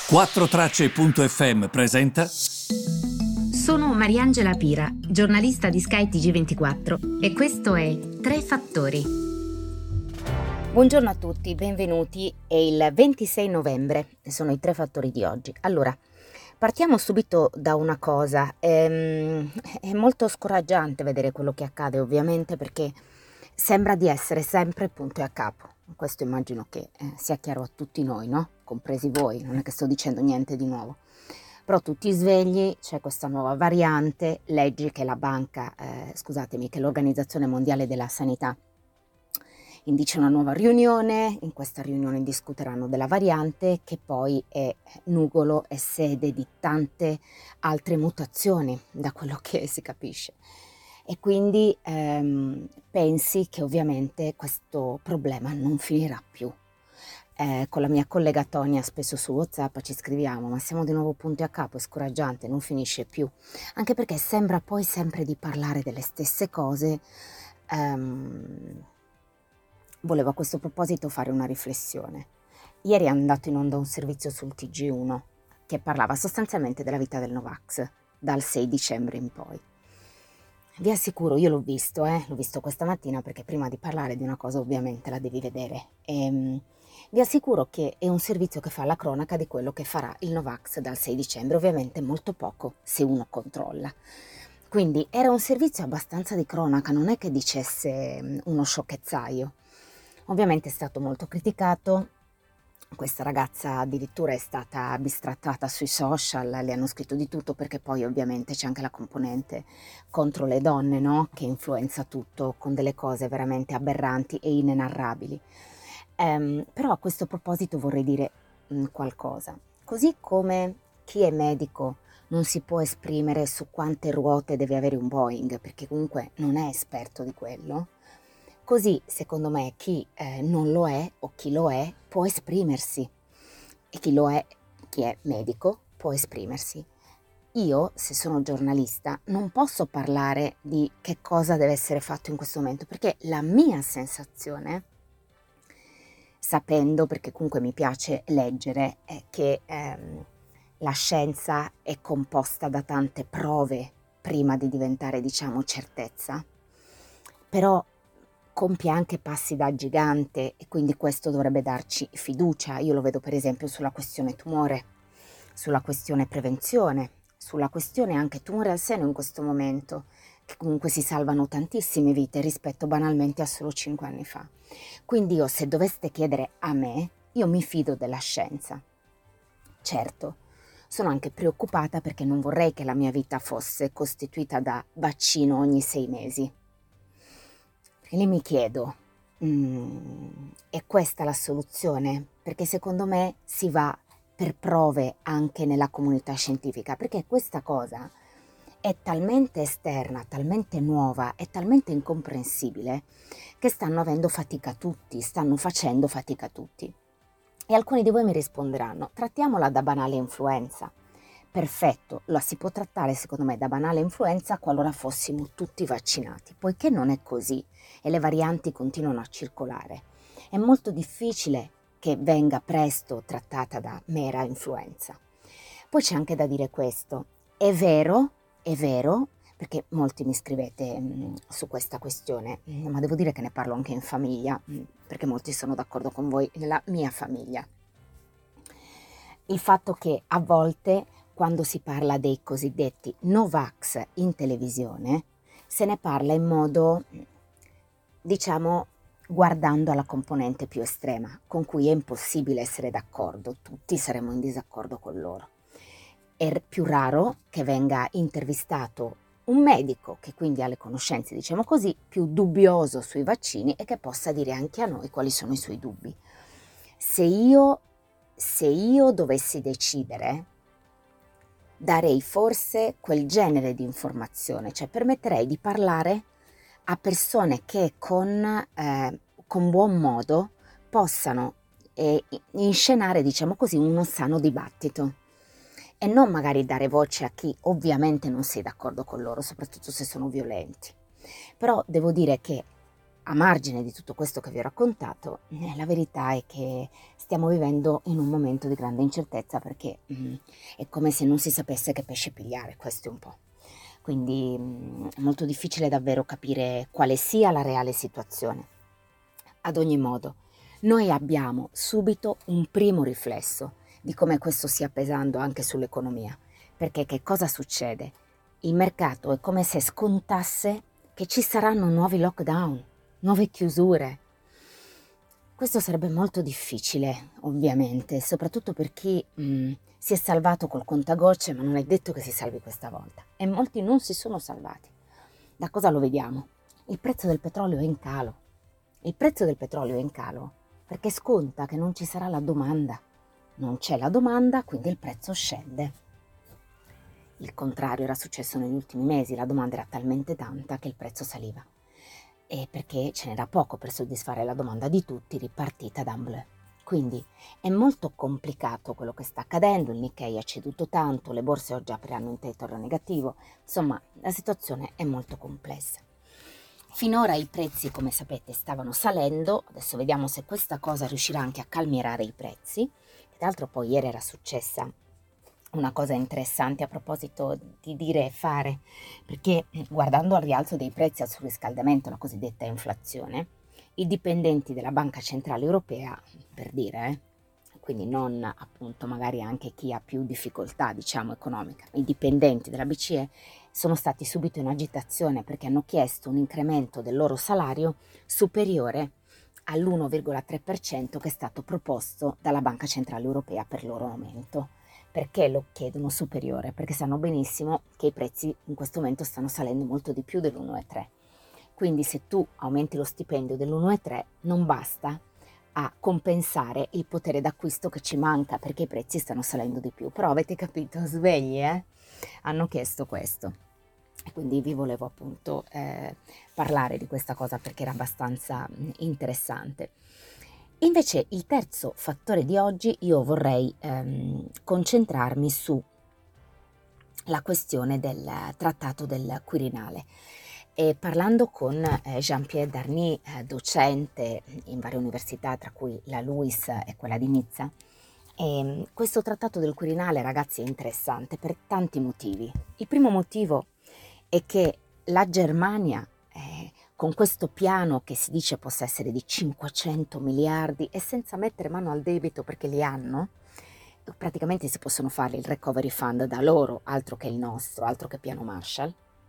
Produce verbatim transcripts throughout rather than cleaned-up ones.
quattro tracce punto effe emme presenta. Sono Mariangela Pira, giornalista di Sky T G ventiquattro e questo è Tre Fattori. Buongiorno a tutti, benvenuti. È il ventisei novembre e sono i tre fattori di oggi. Allora, partiamo subito da una cosa. Ehm, è molto scoraggiante vedere quello che accade, ovviamente, perché sembra di essere sempre punto e a capo. Questo immagino che eh, sia chiaro a tutti noi, no? Compresi voi, non è che sto dicendo niente di nuovo. Però tutti svegli, c'è questa nuova variante, leggi che la banca, eh, scusatemi, che l'Organizzazione Mondiale della Sanità indice una nuova riunione, in questa riunione discuteranno della variante che poi è nugolo e sede di tante altre mutazioni, da quello che si capisce. E quindi ehm, pensi che ovviamente questo problema non finirà più. Eh, con la mia collega Tonia spesso su WhatsApp ci scriviamo, ma siamo di nuovo punto a capo, è scoraggiante, non finisce più. Anche perché sembra poi sempre di parlare delle stesse cose. Um, volevo a questo proposito fare una riflessione. Ieri è andato in onda un servizio sul T G uno che parlava sostanzialmente della vita del Novax, dal sei dicembre in poi. Vi assicuro, io l'ho visto, eh, l'ho visto questa mattina perché prima di parlare di una cosa ovviamente la devi vedere. E, vi assicuro che è un servizio che fa la cronaca di quello che farà il Novax dal sei dicembre, ovviamente molto poco se uno controlla. Quindi era un servizio abbastanza di cronaca, non è che dicesse uno sciocchezzaio. Ovviamente è stato molto criticato. Questa ragazza addirittura è stata bistrattata sui social, le hanno scritto di tutto perché poi ovviamente c'è anche la componente contro le donne, no? Che influenza tutto con delle cose veramente aberranti e inenarrabili. Um, però a questo proposito vorrei dire um, qualcosa. Così come chi è medico non si può esprimere su quante ruote deve avere un Boeing, perché comunque non è esperto di quello, così, secondo me, chi eh, non lo è o chi lo è può esprimersi e chi lo è, chi è medico, può esprimersi. Io, se sono giornalista, non posso parlare di che cosa deve essere fatto in questo momento, perché la mia sensazione, sapendo, perché comunque mi piace leggere, è che ehm, la scienza è composta da tante prove prima di diventare, diciamo, certezza, però compie anche passi da gigante e quindi questo dovrebbe darci fiducia. Io lo vedo per esempio sulla questione tumore, sulla questione prevenzione, sulla questione anche tumore al seno in questo momento, che comunque si salvano tantissime vite rispetto banalmente a solo cinque anni fa. Quindi io, se doveste chiedere a me, io mi fido della scienza. Certo, sono anche preoccupata perché non vorrei che la mia vita fosse costituita da vaccino ogni sei mesi. E lì mi chiedo, mm, è questa la soluzione? Perché secondo me si va per prove anche nella comunità scientifica, perché questa cosa è talmente esterna, talmente nuova e talmente incomprensibile che stanno avendo fatica tutti, stanno facendo fatica tutti. E alcuni di voi mi risponderanno, trattiamola da banale influenza. Perfetto, la si può trattare secondo me da banale influenza qualora fossimo tutti vaccinati, poiché non è così e le varianti continuano a circolare. È molto difficile che venga presto trattata da mera influenza. Poi c'è anche da dire questo, è vero, è vero, perché molti mi scrivete mh, su questa questione, ma devo dire che ne parlo anche in famiglia, mh, perché molti sono d'accordo con voi nella mia famiglia. Il fatto che a volte, quando si parla dei cosiddetti Novax in televisione, se ne parla in modo, diciamo, guardando alla componente più estrema, con cui è impossibile essere d'accordo, tutti saremo in disaccordo con loro. È più raro che venga intervistato un medico che quindi ha le conoscenze, diciamo così, più dubbioso sui vaccini e che possa dire anche a noi quali sono i suoi dubbi. Se io, se io dovessi decidere, darei forse quel genere di informazione, cioè permetterei di parlare a persone che con, eh, con buon modo possano eh, inscenare, diciamo così, uno sano dibattito e non magari dare voce a chi ovviamente non sei d'accordo con loro, soprattutto se sono violenti. Però devo dire che a margine di tutto questo che vi ho raccontato, eh, la verità è che stiamo vivendo in un momento di grande incertezza perché mm, è come se non si sapesse che pesce pigliare, questo è un po'. Quindi mm, è molto difficile davvero capire quale sia la reale situazione. Ad ogni modo, noi abbiamo subito un primo riflesso di come questo stia pesando anche sull'economia, perché che cosa succede? Il mercato è come se scontasse che ci saranno nuovi lockdown, nuove chiusure. Questo sarebbe molto difficile, ovviamente, soprattutto per chi mh, si è salvato col contagocce, ma non è detto che si salvi questa volta. E molti non si sono salvati. Da cosa lo vediamo? Il prezzo del petrolio è in calo. Il prezzo del petrolio è in calo perché sconta che non ci sarà la domanda. Non c'è la domanda, quindi il prezzo scende. Il contrario era successo negli ultimi mesi, la domanda era talmente tanta che il prezzo saliva. E perché ce n'era poco per soddisfare la domanda di tutti, ripartita d'emblée. Quindi è molto complicato quello che sta accadendo, il Nikkei ha ceduto tanto, le borse oggi apriranno in territorio negativo, insomma la situazione è molto complessa. Finora i prezzi, come sapete, stavano salendo, adesso vediamo se questa cosa riuscirà anche a calmierare i prezzi. Tra l'altro poi ieri era successa una cosa interessante a proposito di dire e fare, perché guardando al rialzo dei prezzi al surriscaldamento, la cosiddetta inflazione, i dipendenti della Banca Centrale Europea, per dire, eh, quindi non appunto magari anche chi ha più difficoltà, diciamo, economica, i dipendenti della B C E sono stati subito in agitazione perché hanno chiesto un incremento del loro salario superiore all'uno virgola tre per cento che è stato proposto dalla Banca Centrale Europea per il loro aumento. Perché lo chiedono superiore? Perché sanno benissimo che i prezzi in questo momento stanno salendo molto di più dell'uno virgola tre. Quindi se tu aumenti lo stipendio dell'uno virgola tre non basta a compensare il potere d'acquisto che ci manca perché i prezzi stanno salendo di più. Però avete capito, svegli, eh? Hanno chiesto questo. E quindi vi volevo appunto eh, parlare di questa cosa perché era abbastanza mh, interessante. Invece il terzo fattore di oggi io vorrei ehm, concentrarmi su la questione del trattato del Quirinale. E parlando con eh, Jean-Pierre Darny, eh, docente in varie università, tra cui la LUISS e quella di Nizza, ehm, questo trattato del Quirinale, ragazzi, è interessante per tanti motivi. Il primo motivo è che la Germania, eh, con questo piano che si dice possa essere di cinquecento miliardi e senza mettere mano al debito perché li hanno, praticamente si possono fare il recovery fund da loro, altro che il nostro, altro che piano Marshall.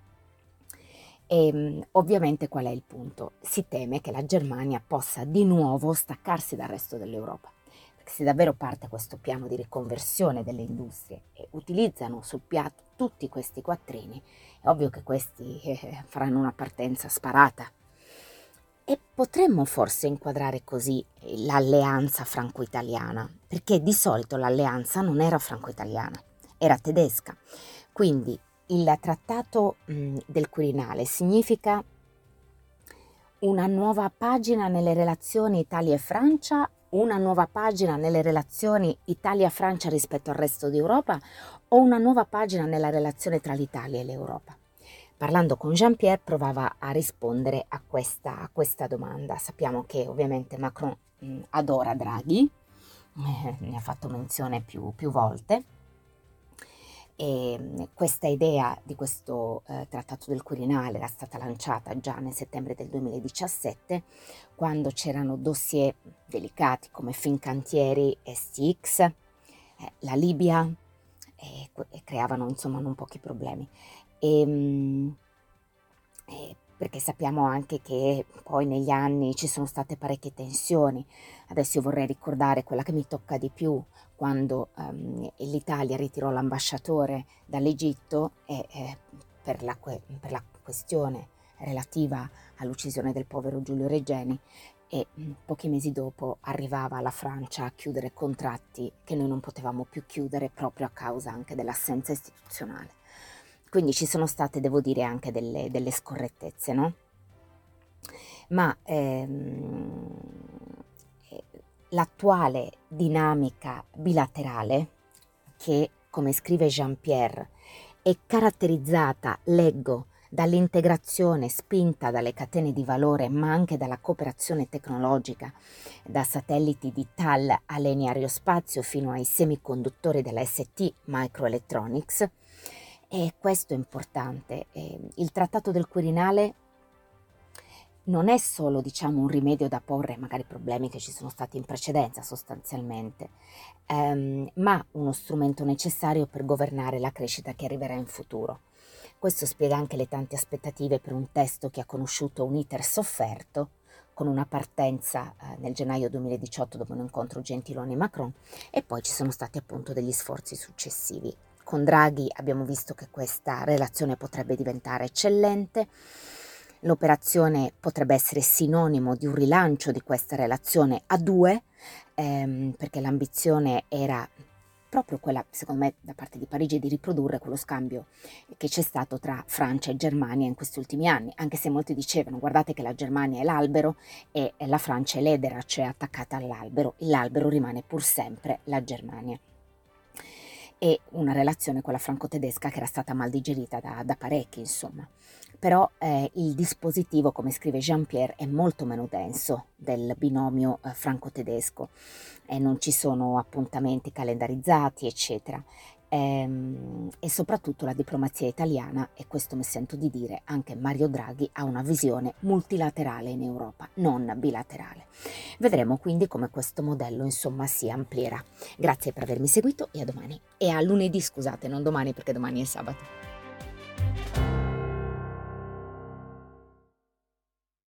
E ovviamente qual è il punto? Si teme che la Germania possa di nuovo staccarsi dal resto dell'Europa, perché se davvero parte questo piano di riconversione delle industrie e utilizzano sul piatto tutti questi quattrini, è ovvio che questi eh, faranno una partenza sparata. E potremmo forse inquadrare così l'alleanza franco-italiana, perché di solito l'alleanza non era franco-italiana, era tedesca. Quindi il trattato mh, del Quirinale significa una nuova pagina nelle relazioni Italia e Francia, una nuova pagina nelle relazioni Italia-Francia rispetto al resto d'Europa o una nuova pagina nella relazione tra l'Italia e l'Europa? Parlando con Jean-Pierre provava a rispondere a questa, a questa domanda. Sappiamo che ovviamente Macron mh, adora Draghi, eh, ne ha fatto menzione più, più volte, e questa idea di questo eh, trattato del Quirinale era stata lanciata già nel settembre del duemiladiciassette, quando c'erano dossier delicati come Fincantieri e Stix, eh, la Libia, e, e creavano insomma non pochi problemi. E, mh, e perché sappiamo anche che poi negli anni ci sono state parecchie tensioni. Adesso io vorrei ricordare quella che mi tocca di più, quando um, l'Italia ritirò l'ambasciatore dall'Egitto e, eh, per, la, per la questione relativa all'uccisione del povero Giulio Regeni, e mh, pochi mesi dopo arrivava la Francia a chiudere contratti che noi non potevamo più chiudere proprio a causa anche dell'assenza istituzionale. Quindi ci sono state, devo dire, anche delle, delle scorrettezze, no? Ma ehm, l'attuale dinamica bilaterale, che, come scrive Jean-Pierre, è caratterizzata, leggo, dall'integrazione spinta dalle catene di valore, ma anche dalla cooperazione tecnologica, da satelliti di T A L all'Eni Aerospazio fino ai semiconduttori della S T Microelectronics. E questo è importante. Eh, il Trattato del Quirinale non è solo, diciamo, un rimedio da porre ai magari problemi che ci sono stati in precedenza sostanzialmente, ehm, ma uno strumento necessario per governare la crescita che arriverà in futuro. Questo spiega anche le tante aspettative per un testo che ha conosciuto un iter sofferto, con una partenza eh, nel gennaio duemiladiciotto dopo un incontro Gentiloni-Macron, e poi ci sono stati appunto degli sforzi successivi. Con Draghi abbiamo visto che questa relazione potrebbe diventare eccellente. L'operazione potrebbe essere sinonimo di un rilancio di questa relazione a due, ehm, perché l'ambizione era proprio quella, secondo me, da parte di Parigi, di riprodurre quello scambio che c'è stato tra Francia e Germania in questi ultimi anni, anche se molti dicevano: guardate che la Germania è l'albero e la Francia è l'edera, cioè attaccata all'albero. L'albero rimane pur sempre la Germania. E una relazione, quella franco-tedesca, che era stata mal digerita da, da parecchi, insomma. Però eh, il dispositivo, come scrive Jean-Pierre, è molto meno denso del binomio eh, franco-tedesco, e non ci sono appuntamenti calendarizzati, eccetera. Ehm, e soprattutto la diplomazia italiana, e questo mi sento di dire anche Mario Draghi, ha una visione multilaterale in Europa, non bilaterale. Vedremo quindi come questo modello, insomma, si amplierà. Grazie per avermi seguito e a domani. E a lunedì, scusate, non domani perché domani è sabato.